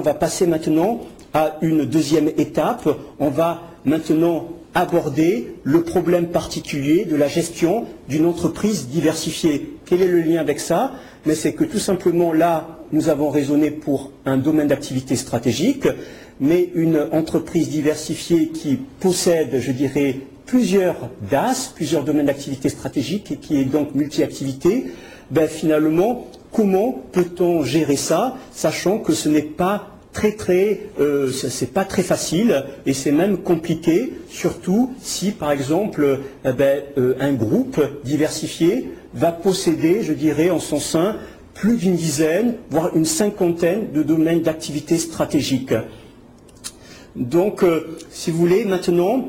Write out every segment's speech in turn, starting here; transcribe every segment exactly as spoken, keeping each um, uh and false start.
On va passer maintenant à une deuxième étape. On va maintenant aborder le problème particulier de la gestion d'une entreprise diversifiée. Quel est le lien avec ça? Mais c'est que tout simplement là, nous avons raisonné pour un domaine d'activité stratégique, mais une entreprise diversifiée qui possède, je dirais, plusieurs D A S, plusieurs domaines d'activité stratégique, et qui est donc multi-activité, ben finalement, comment peut-on gérer ça, sachant que ce n'est pas très très, euh, c'est pas très facile et c'est même compliqué, surtout si par exemple eh ben, euh, un groupe diversifié va posséder, je dirais, en son sein plus d'une dizaine, voire une cinquantaine de domaines d'activité stratégiques. Donc, euh, si vous voulez, maintenant,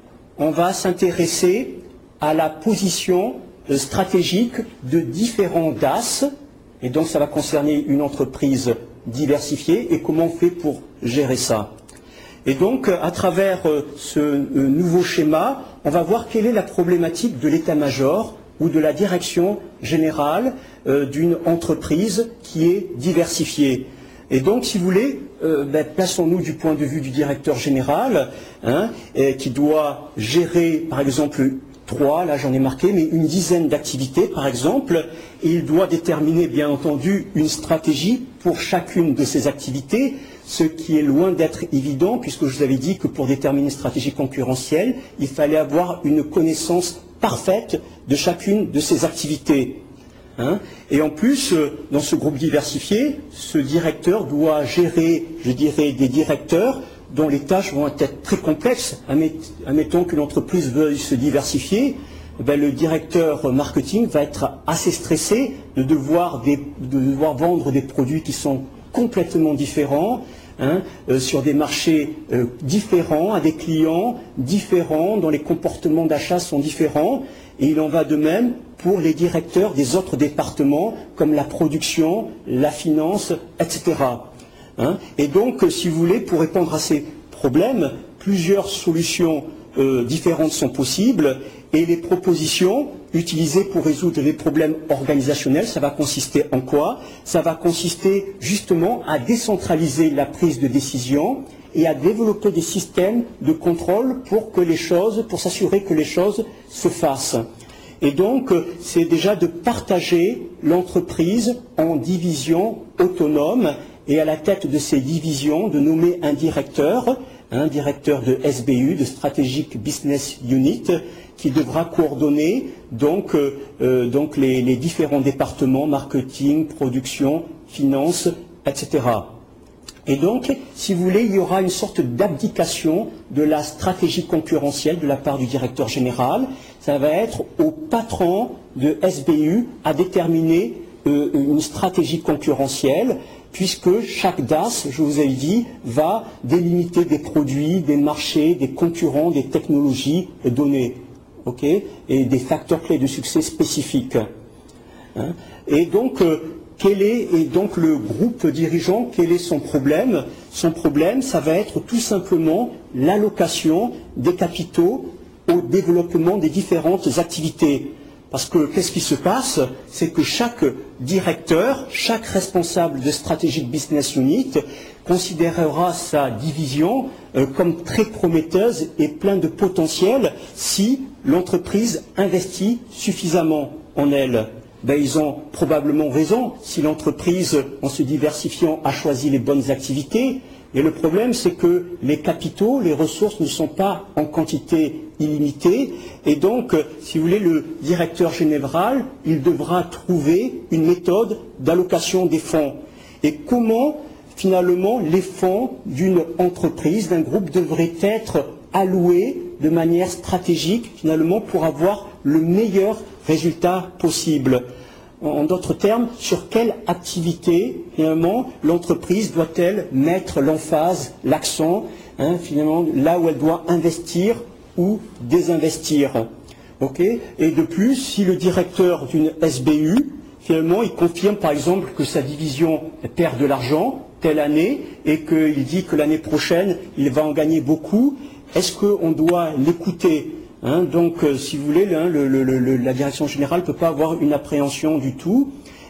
on va s'intéresser à la position euh, stratégique de différents D A S, et donc ça va concerner une entreprise diversifiée, et comment on fait pour gérer ça. Et donc, à travers ce nouveau schéma, on va voir quelle est la problématique de l'état-major ou de la direction générale euh, d'une entreprise qui est diversifiée. Et donc, si vous voulez, euh, ben, plaçons-nous du point de vue du directeur général, hein, et qui doit gérer, par exemple, trois, là j'en ai marqué, mais une dizaine d'activités par exemple, et il doit déterminer bien entendu une stratégie pour chacune de ces activités, ce qui est loin d'être évident, puisque je vous avais dit que pour déterminer une stratégie concurrentielle, il fallait avoir une connaissance parfaite de chacune de ces activités. Hein. Et en plus, dans ce groupe diversifié, ce directeur doit gérer, je dirais, des directeurs dont les tâches vont être très complexes. Admettons qu'une entreprise veuille se diversifier, ben le directeur marketing va être assez stressé de devoir, des, de devoir vendre des produits qui sont complètement différents, hein, euh, sur des marchés euh, différents, à des clients différents, dont les comportements d'achat sont différents. Et il en va de même pour les directeurs des autres départements, comme la production, la finance, et cetera. Hein, et donc, si vous voulez, pour répondre à ces problèmes, plusieurs solutions euh, différentes sont possibles, et les propositions utilisées pour résoudre les problèmes organisationnels, ça va consister en quoi? Ça va consister justement à décentraliser la prise de décision et à développer des systèmes de contrôle pour que les choses, pour s'assurer que les choses se fassent. Et donc, c'est déjà de partager l'entreprise en divisions autonomes, et à la tête de ces divisions, de nommer un directeur, un directeur de S B U, de Strategic Business Unit, qui devra coordonner donc, euh, donc les, les différents départements, marketing, production, finance, et cetera. Et donc, si vous voulez, il y aura une sorte d'abdication de la stratégie concurrentielle de la part du directeur général. Ça va être au patron de S B U à déterminer euh, une stratégie concurrentielle, puisque chaque D A S, je vous ai dit, va délimiter des produits, des marchés, des concurrents, des technologies données, okay, et des facteurs clés de succès spécifiques. Hein. Et donc, euh, quel est et donc le groupe dirigeant, quel est son problème? Son problème, ça va être tout simplement l'allocation des capitaux au développement des différentes activités. Parce que qu'est-ce qui se passe? C'est que chaque directeur, chaque responsable de Strategic Business Unit considérera sa division euh, comme très prometteuse et plein de potentiel si l'entreprise investit suffisamment en elle. Ben, ils ont probablement raison si l'entreprise, en se diversifiant, a choisi les bonnes activités. Et le problème, c'est que les capitaux, les ressources ne sont pas en quantité illimitée. Et donc, si vous voulez, le directeur général, il devra trouver une méthode d'allocation des fonds. Et comment, finalement, les fonds d'une entreprise, d'un groupe, devraient être alloués de manière stratégique, finalement, pour avoir le meilleur résultat possible. En d'autres termes, sur quelle activité, finalement, l'entreprise doit-elle mettre l'emphase, l'accent, hein, finalement, là où elle doit investir ou désinvestir. Okay, et de plus, si le directeur d'une S B U, finalement, il confirme, par exemple, que sa division perd de l'argent telle année et qu'il dit que l'année prochaine, il va en gagner beaucoup, est-ce qu'on doit l'écouter? Hein, donc, euh, si vous voulez, hein, le, le, le, la direction générale ne peut pas avoir une appréhension du tout.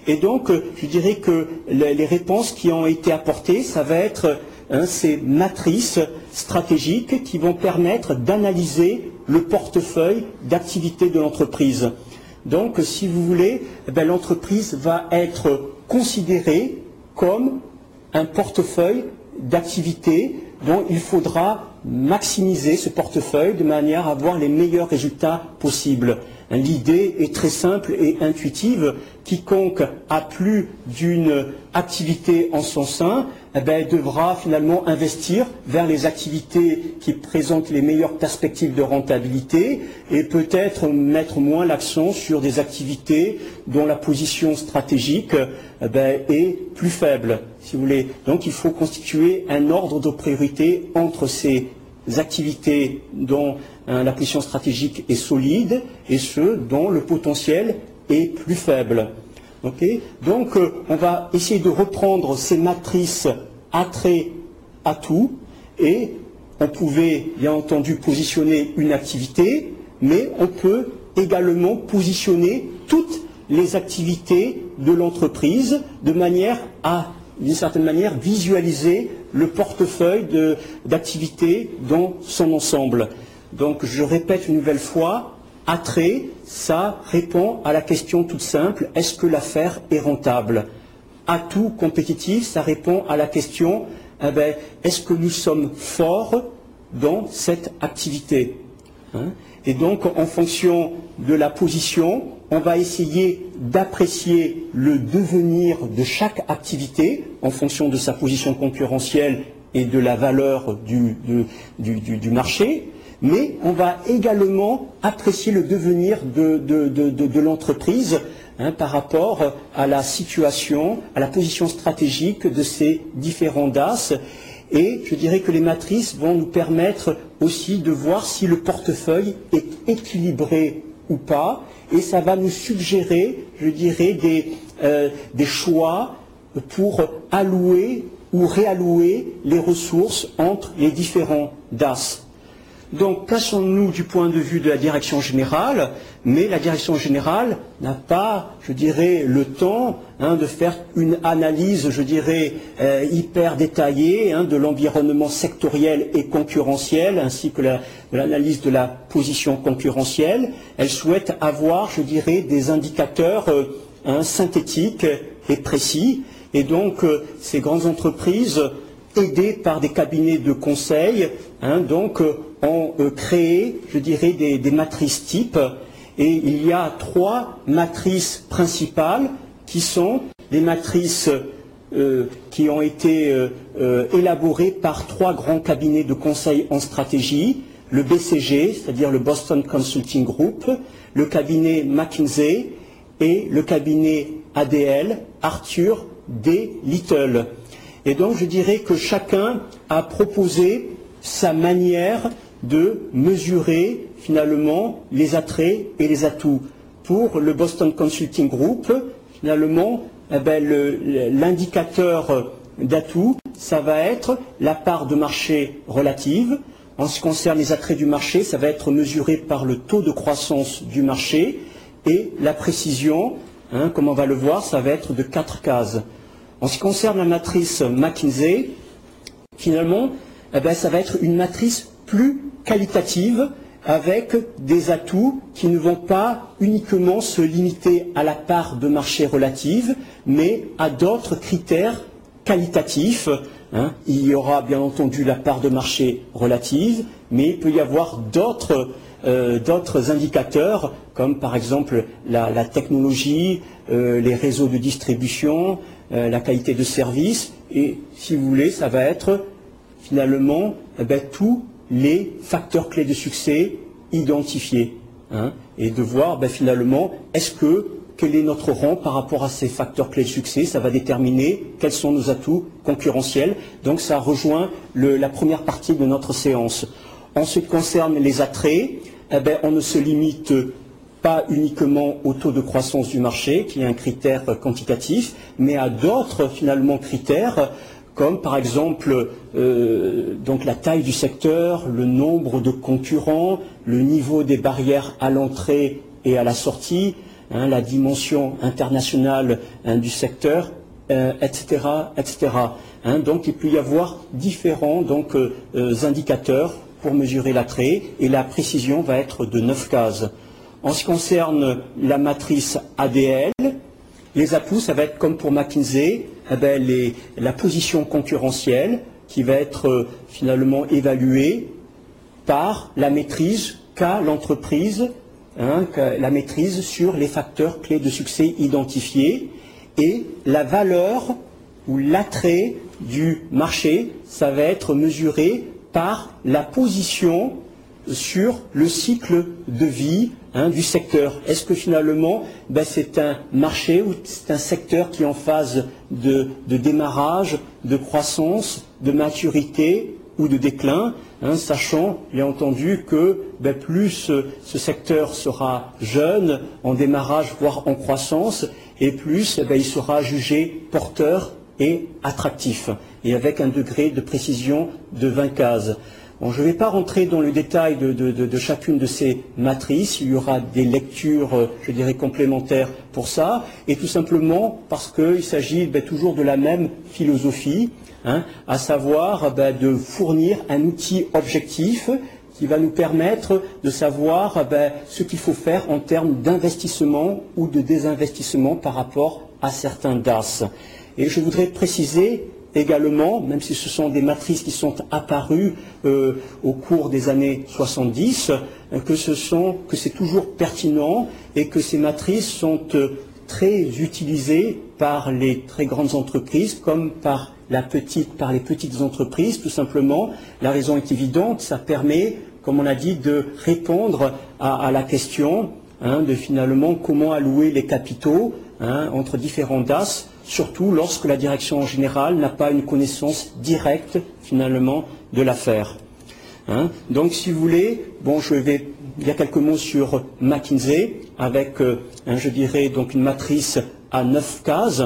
Et donc, je dirais que les réponses qui ont été apportées, ça va être hein, ces matrices stratégiques qui vont permettre d'analyser le portefeuille d'activité de l'entreprise. Donc, si vous voulez, eh bien, l'entreprise va être considérée comme un portefeuille d'activité dont il faudra maximiser ce portefeuille de manière à avoir les meilleurs résultats possibles. L'idée est très simple et intuitive. Quiconque a plus d'une activité en son sein eh bien, devra finalement investir vers les activités qui présentent les meilleures perspectives de rentabilité et peut-être mettre moins l'accent sur des activités dont la position stratégique eh bien, est plus faible, si vous voulez. Donc il faut constituer un ordre de priorité entre ces activités dont hein, la position stratégique est solide et ceux dont le potentiel est plus faible. Okay, donc euh, on va essayer de reprendre ces matrices attrait, atout, et on pouvait bien entendu positionner une activité, mais on peut également positionner toutes les activités de l'entreprise de manière à, d'une certaine manière, visualiser le portefeuille d'activités dans son ensemble. Donc je répète une nouvelle fois, attrait, ça répond à la question toute simple, est-ce que l'affaire est rentable? Atout compétitif, ça répond à la question, eh ben, est-ce que nous sommes forts dans cette activité hein? Et donc, en fonction de la position, on va essayer d'apprécier le devenir de chaque activité en fonction de sa position concurrentielle et de la valeur du, de, du, du, du marché. Mais on va également apprécier le devenir de, de, de, de, de l'entreprise hein, par rapport à la situation, à la position stratégique de ces différents D A S. Et je dirais que les matrices vont nous permettre aussi de voir si le portefeuille est équilibré ou pas. Et ça va nous suggérer, je dirais, des, euh, des choix pour allouer ou réallouer les ressources entre les différents D A S. Donc, plaçons-nous du point de vue de la direction générale, mais la direction générale n'a pas, je dirais, le temps hein, de faire une analyse, je dirais, euh, hyper détaillée hein, de l'environnement sectoriel et concurrentiel, ainsi que la, de l'analyse de la position concurrentielle. Elle souhaite avoir, je dirais, des indicateurs euh, hein, synthétiques et précis. Et donc, euh, ces grandes entreprises, aidées par des cabinets de conseil, hein, donc, euh, ont euh, créé, je dirais, des, des matrices types. Et il y a trois matrices principales qui sont des matrices euh, qui ont été euh, euh, élaborées par trois grands cabinets de conseil en stratégie, le B C G, c'est-à-dire le Boston Consulting Group, le cabinet McKinsey et le cabinet A D L, Arthur D. Little. Et donc je dirais que chacun a proposé sa manière de mesurer finalement les attraits et les atouts. Pour le Boston Consulting Group, finalement, eh ben, l'indicateur d'atout, ça va être la part de marché relative. En ce qui concerne les attraits du marché, ça va être mesuré par le taux de croissance du marché et la précision, hein, comme on va le voir, ça va être de quatre cases. En ce qui concerne la matrice McKinsey, finalement, eh ben, ça va être une matrice plus qualitative avec des atouts qui ne vont pas uniquement se limiter à la part de marché relative, mais à d'autres critères qualitatifs. Hein. Il y aura bien entendu la part de marché relative, mais il peut y avoir d'autres euh, d'autres indicateurs, comme par exemple la, la technologie, euh, les réseaux de distribution, euh, la qualité de service, et si vous voulez, ça va être finalement eh bien, tous les facteurs clés de succès identifiés. Hein, et de voir ben, finalement, est-ce que, quel est notre rang par rapport à ces facteurs clés de succès, ça va déterminer quels sont nos atouts concurrentiels. Donc ça rejoint le, la première partie de notre séance. En ce qui concerne les attraits, eh ben, on ne se limite pas uniquement au taux de croissance du marché, qui est un critère quantitatif, mais à d'autres finalement critères, comme par exemple euh, donc la taille du secteur, le nombre de concurrents, le niveau des barrières à l'entrée et à la sortie, hein, la dimension internationale hein, du secteur, euh, et cetera, et cetera. Hein, donc il peut y avoir différents donc, euh, indicateurs pour mesurer l'attrait et la précision va être de neuf cases. En ce qui concerne la matrice A D L, les atouts, ça va être comme pour McKinsey, eh bien, les, la position concurrentielle qui va être euh, finalement évaluée par la maîtrise qu'a l'entreprise, hein, la maîtrise sur les facteurs clés de succès identifiés et la valeur ou l'attrait du marché, ça va être mesuré par la position sur le cycle de vie hein, du secteur. Est-ce que finalement ben, c'est un marché ou c'est un secteur qui est en phase de, de démarrage, de croissance, de maturité ou de déclin, hein, sachant bien entendu que ben, plus euh, ce secteur sera jeune, en démarrage voire en croissance, et plus ben, il sera jugé porteur et attractif, et avec un degré de précision de vingt cases. Bon, je ne vais pas rentrer dans le détail de, de, de, de chacune de ces matrices, il y aura des lectures, je dirais, complémentaires pour ça, et tout simplement parce qu'il s'agit ben, toujours de la même philosophie, hein, à savoir ben, de fournir un outil objectif qui va nous permettre de savoir ben, ce qu'il faut faire en termes d'investissement ou de désinvestissement par rapport à certains D A S. Et je voudrais préciser également, même si ce sont des matrices qui sont apparues euh, au cours des années soixante-dix, que ce sont, que c'est toujours pertinent et que ces matrices sont euh, très utilisées par les très grandes entreprises comme par, la petite, par les petites entreprises, tout simplement. La raison est évidente, ça permet, comme on a dit, de répondre à, à la question hein, de finalement comment allouer les capitaux hein, entre différents D A S, surtout lorsque la direction générale n'a pas une connaissance directe, finalement, de l'affaire. Hein. Donc, si vous voulez, bon, je vais dire quelques mots sur McKinsey, avec, euh, hein, je dirais, donc une matrice à neuf cases.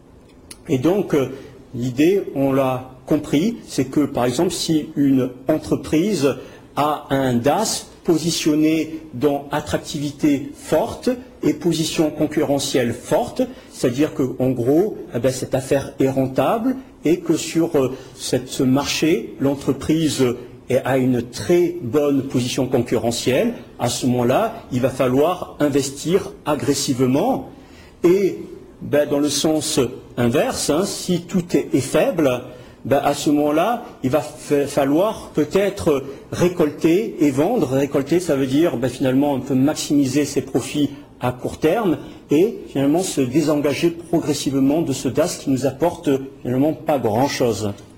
Et donc, euh, l'idée, on l'a compris, c'est que, par exemple, si une entreprise a un D A S positionné dans attractivité forte et position concurrentielle forte, c'est-à-dire qu'en gros, eh bien, cette affaire est rentable et que sur euh, cette, ce marché, l'entreprise a une très bonne position concurrentielle. À ce moment-là, il va falloir investir agressivement et ben, dans le sens inverse, hein, si tout est, est faible, ben, à ce moment-là, il va falloir peut-être récolter et vendre. Récolter, ça veut dire ben, finalement on peut maximiser ses profits à court terme et finalement se désengager progressivement de ce D A S qui nous apporte finalement pas grand-chose.